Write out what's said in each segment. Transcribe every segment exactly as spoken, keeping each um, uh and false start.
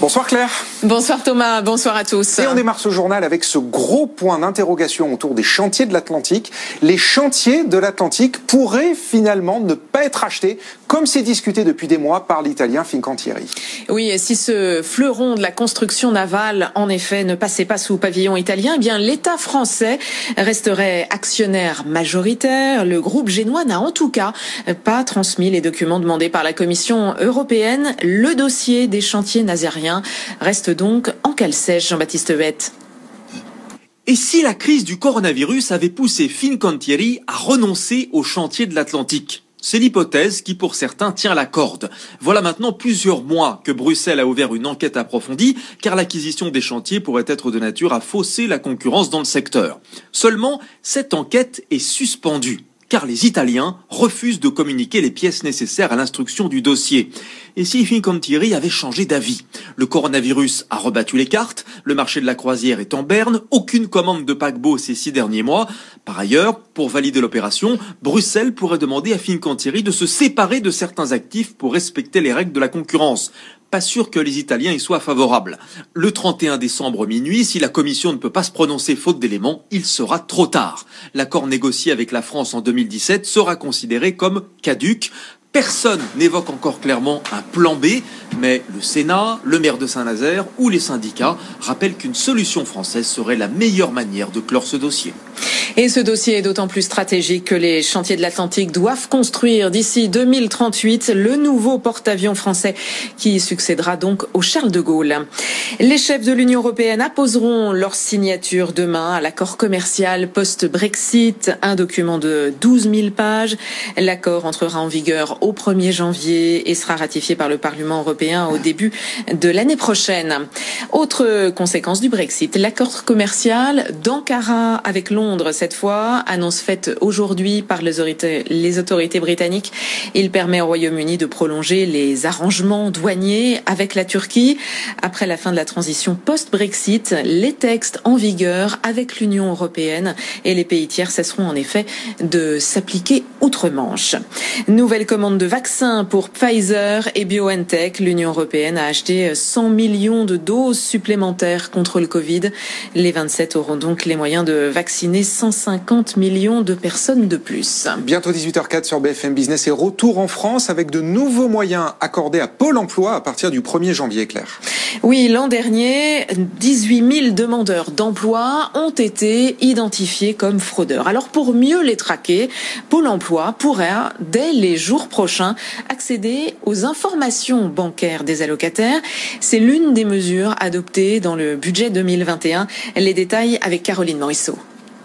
Bonsoir Claire. Bonsoir Thomas, bonsoir à tous. Et on démarre ce journal avec ce gros point d'interrogation autour des chantiers de l'Atlantique. Les chantiers de l'Atlantique pourraient finalement ne pas être achetés, comme c'est discuté depuis des mois par l'italien Fincantieri. Oui, et si ce fleuron de la construction navale, en effet, ne passait pas sous pavillon italien, eh bien l'État français resterait actionnaire majoritaire. Le groupe génois n'a en tout cas pas transmis les documents demandés par la Commission européenne. Le dossier des chantiers nazériens reste donc en cale sèche, Jean-Baptiste Huette. Et si la crise du coronavirus avait poussé Fincantieri à renoncer au chantier de l'Atlantique ? C'est l'hypothèse qui, pour certains, tient la corde. Voilà maintenant plusieurs mois que Bruxelles a ouvert une enquête approfondie, car l'acquisition des chantiers pourrait être de nature à fausser la concurrence dans le secteur. Seulement, cette enquête est suspendue, car les Italiens refusent de communiquer les pièces nécessaires à l'instruction du dossier. Et si Fincantieri avait changé d'avis ? Le coronavirus a rebattu les cartes, le marché de la croisière est en berne, aucune commande de paquebot ces six derniers mois. Par ailleurs, pour valider l'opération, Bruxelles pourrait demander à Fincantieri de se séparer de certains actifs pour respecter les règles de la concurrence. Pas sûr que les Italiens y soient favorables. Le trente et un décembre minuit, si la Commission ne peut pas se prononcer faute d'éléments, il sera trop tard. L'accord négocié avec la France en deux mille dix-sept sera considéré comme caduc. Personne n'évoque encore clairement un plan B, mais le Sénat, le maire de Saint-Nazaire ou les syndicats rappellent qu'une solution française serait la meilleure manière de clore ce dossier. Et ce dossier est d'autant plus stratégique que les chantiers de l'Atlantique doivent construire d'ici deux mille trente-huit le nouveau porte-avions français qui succédera donc au Charles de Gaulle. Les chefs de l'Union européenne apposeront leur signature demain à l'accord commercial post-Brexit, un document de douze mille pages. L'accord entrera en vigueur au premier janvier et sera ratifié par le Parlement européen au début de l'année prochaine. Autre conséquence du Brexit, l'accord commercial d'Ankara avec Londres cette fois, annonce faite aujourd'hui par les autorités, les autorités britanniques. Il permet au Royaume-Uni de prolonger les arrangements douaniers avec la Turquie. Après la fin de la transition post-Brexit, les textes en vigueur avec l'Union européenne et les pays tiers cesseront en effet de s'appliquer outre-Manche. Nouvelle commande de vaccins pour Pfizer et BioNTech. L'Union européenne a acheté cent millions de doses supplémentaires contre le Covid. Les vingt-sept auront donc les moyens de vacciner cent cinquante millions de personnes de plus. Bientôt dix-huit heures zéro quatre sur B F M Business et retour en France avec de nouveaux moyens accordés à Pôle emploi à partir du premier janvier, Claire. Oui, l'an dernier, dix-huit mille demandeurs d'emploi ont été identifiés comme fraudeurs. Alors pour mieux les traquer, Pôle emploi pourra, dès les jours prochains, accéder aux informations bancaires des allocataires. C'est l'une des mesures adoptées dans le budget deux mille vingt et un. Les détails avec Caroline Morisseau.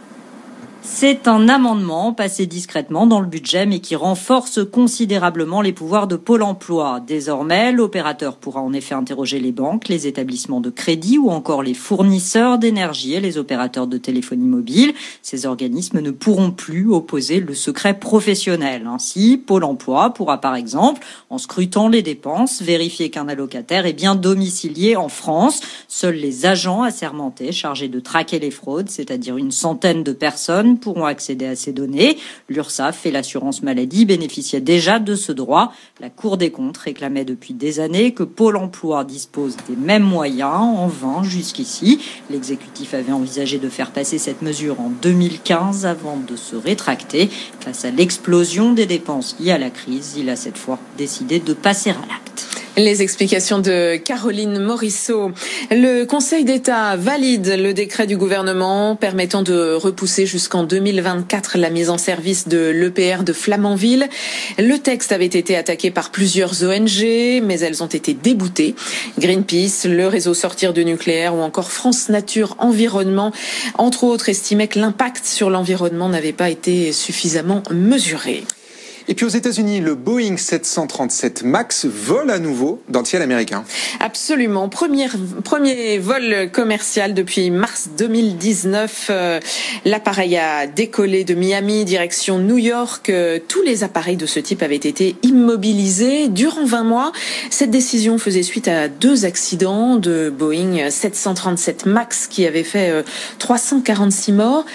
C'est un amendement passé discrètement dans le budget mais qui renforce considérablement les pouvoirs de Pôle emploi. Désormais, l'opérateur pourra en effet interroger les banques, les établissements de crédit ou encore les fournisseurs d'énergie et les opérateurs de téléphonie mobile. Ces organismes ne pourront plus opposer le secret professionnel. Ainsi, Pôle emploi pourra par exemple, en scrutant les dépenses, vérifier qu'un allocataire est bien domicilié en France. Seuls les agents assermentés chargés de traquer les fraudes, c'est-à-dire une centaine de personnes, pourront accéder à ces données. L'URSSAF et l'assurance maladie bénéficiaient déjà de ce droit. La Cour des comptes réclamait depuis des années que Pôle emploi dispose des mêmes moyens, en vain jusqu'ici. L'exécutif avait envisagé de faire passer cette mesure en deux mille quinze avant de se rétracter. Face à l'explosion des dépenses liées à la crise, il a cette fois décidé de passer à l'acte. Les explications de Caroline Morisseau. Le Conseil d'État valide le décret du gouvernement permettant de repousser jusqu'en deux mille vingt-quatre la mise en service de l'E P R de Flamanville. Le texte avait été attaqué par plusieurs O N G, mais elles ont été déboutées. Greenpeace, le réseau Sortir du nucléaire ou encore France Nature Environnement, entre autres, estimaient que l'impact sur l'environnement n'avait pas été suffisamment mesuré. Et puis aux États-Unis, le Boeing sept cent trente-sept MAX vole à nouveau dans le ciel américain. Absolument. Premier, premier vol commercial depuis mars deux mille dix-neuf. Euh, l'appareil a décollé de Miami, direction New York. Euh, tous les appareils de ce type avaient été immobilisés durant vingt mois. Cette décision faisait suite à deux accidents de Boeing sept cent trente-sept MAX qui avaient fait euh, trois cent quarante-six morts.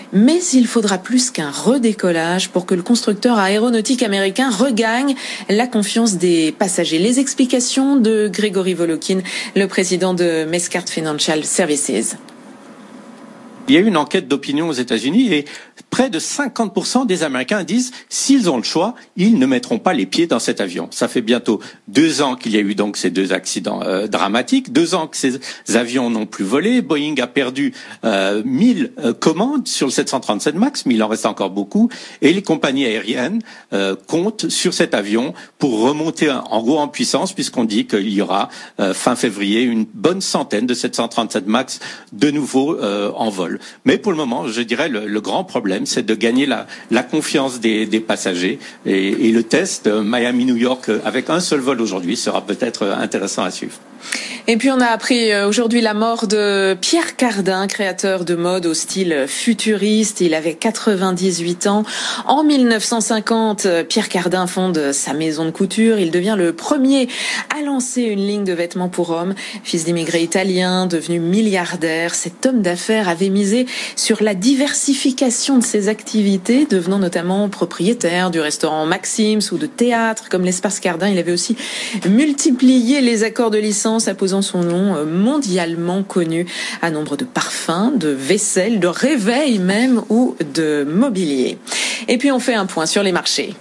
Mais il faudra plus qu'un redécollage pour que le constructeur aéronautique américain regagne la confiance des passagers. Les explications de Grégory Volokin, le président de Mescart Financial Services. Il y a eu une enquête d'opinion aux États-Unis et près de cinquante pour cent des Américains disent s'ils ont le choix, ils ne mettront pas les pieds dans cet avion. Ça fait bientôt deux ans qu'il y a eu donc ces deux accidents euh, dramatiques, deux ans que ces avions n'ont plus volé. Boeing a perdu euh, mille euh, commandes sur le sept cent trente-sept MAX, mais il en reste encore beaucoup. Et les compagnies aériennes euh, comptent sur cet avion pour remonter en gros en puissance, puisqu'on dit qu'il y aura euh, fin février une bonne centaine de sept cent trente-sept MAX de nouveau euh, en vol. Mais pour le moment, je dirais le, le grand problème, c'est de gagner la, la confiance des, des passagers. Et, et le test euh, Miami-New York avec un seul vol aujourd'hui sera peut-être intéressant à suivre. Et puis on a appris aujourd'hui la mort de Pierre Cardin, créateur de mode au style futuriste. Il avait quatre-vingt-dix-huit ans. En mille neuf cent cinquante, Pierre Cardin fonde sa maison de couture. Il devient le premier à lancer une ligne de vêtements pour hommes. Fils d'immigrés italiens, devenu milliardaire, cet homme d'affaires avait misé sur la diversification de ses activités, devenant notamment propriétaire du restaurant Maxim's ou de théâtre comme l'Espace Cardin. Il avait aussi multiplié les accords de licence, apposant son nom mondialement connu à nombre de parfums, de vaisselle, de réveil même ou de mobilier. Et puis on fait un point sur les marchés.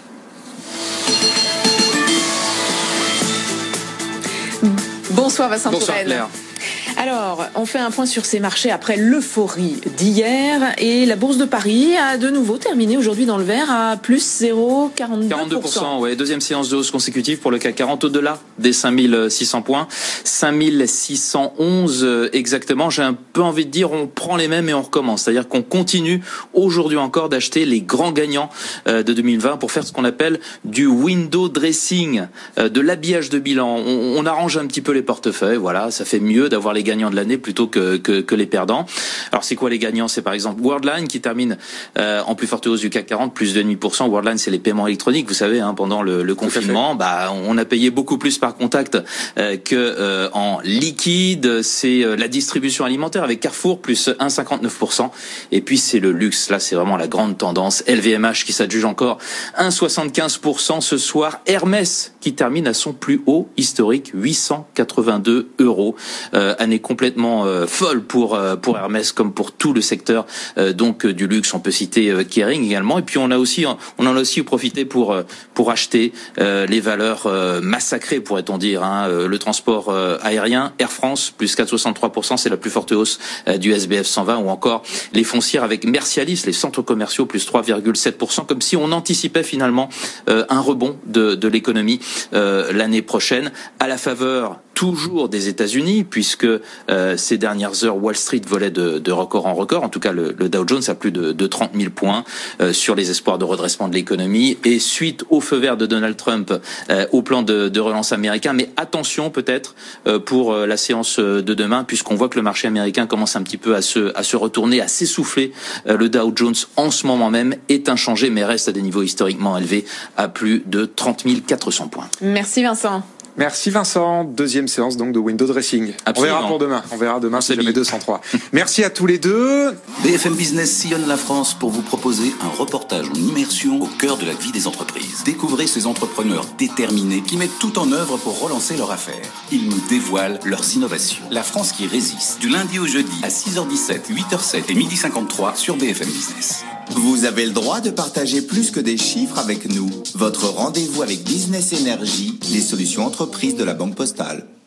Bonsoir Vincent Bonsoir Tourelle. Claire. Alors, on fait un point sur ces marchés après l'euphorie d'hier et la Bourse de Paris a de nouveau terminé aujourd'hui dans le vert à plus zéro virgule quarante-deux pour cent. quarante-deux pour cent, ouais. Deuxième séance de hausse consécutive pour le C A C quarante au-delà des cinq mille six cents points. cinq mille six cent onze exactement. J'ai un peu envie de dire, on prend les mêmes et on recommence. C'est-à-dire qu'on continue aujourd'hui encore d'acheter les grands gagnants de deux mille vingt pour faire ce qu'on appelle du window dressing, de l'habillage de bilan. On, on arrange un petit peu les portefeuilles, voilà. Ça fait mieux d'avoir les gagnants de l'année plutôt que, que, que les perdants. Alors c'est quoi les gagnants? C'est par exemple Worldline qui termine euh, en plus forte hausse du C A C quarante, plus de zéro virgule cinq pour cent. Worldline, c'est les paiements électroniques, vous savez, hein, pendant le, le confinement, bah on a payé beaucoup plus par contact euh, que euh, en liquide. C'est euh, la distribution alimentaire avec Carrefour plus un virgule cinquante-neuf pour cent. Et puis c'est le luxe, là c'est vraiment la grande tendance. L V M H qui s'adjuge encore un virgule soixante-quinze pour cent ce soir. Hermès qui termine à son plus haut historique, huit cent quatre-vingt-deux euros. Euh, année complètement euh, folle pour euh, pour Hermès comme pour tout le secteur euh, donc euh, du luxe. On peut citer euh, Kering également. Et puis on a aussi on en a aussi profité pour euh, pour acheter euh, les valeurs euh, massacrées, pourrait-on dire, hein, euh, le transport euh, aérien, Air France plus quatre virgule soixante-trois pour cent, c'est la plus forte hausse euh, du S B F cent vingt, ou encore les foncières avec Mercialis, les centres commerciaux plus trois virgule sept pour cent, comme si on anticipait finalement euh, un rebond de de l'économie euh, l'année prochaine, à la faveur toujours des États-Unis, puisque euh, ces dernières heures, Wall Street volait de, de record en record. En tout cas, le, le Dow Jones a plus de, de trente mille points euh, sur les espoirs de redressement de l'économie. Et suite au feu vert de Donald Trump euh, au plan de, de relance américain. Mais attention peut-être euh, pour euh, la séance de demain, puisqu'on voit que le marché américain commence un petit peu à se, à se retourner, à s'essouffler. Euh, le Dow Jones, en ce moment même, est inchangé, mais reste à des niveaux historiquement élevés, à plus de trente mille quatre cents points. Merci Vincent. Merci Vincent. Deuxième séance donc de window dressing. Absolument. On verra pour demain. On verra demain si jamais deux cent trois. Merci à tous les deux. B F M Business sillonne la France pour vous proposer un reportage en immersion au cœur de la vie des entreprises. Découvrez ces entrepreneurs déterminés qui mettent tout en œuvre pour relancer leur affaire. Ils nous dévoilent leurs innovations. La France qui résiste. Du lundi au jeudi à six heures dix-sept, huit heures sept et midi cinquante-trois sur B F M Business. Vous avez le droit de partager plus que des chiffres avec nous. Votre rendez-vous avec Business Energy, les solutions entreprises de la Banque Postale.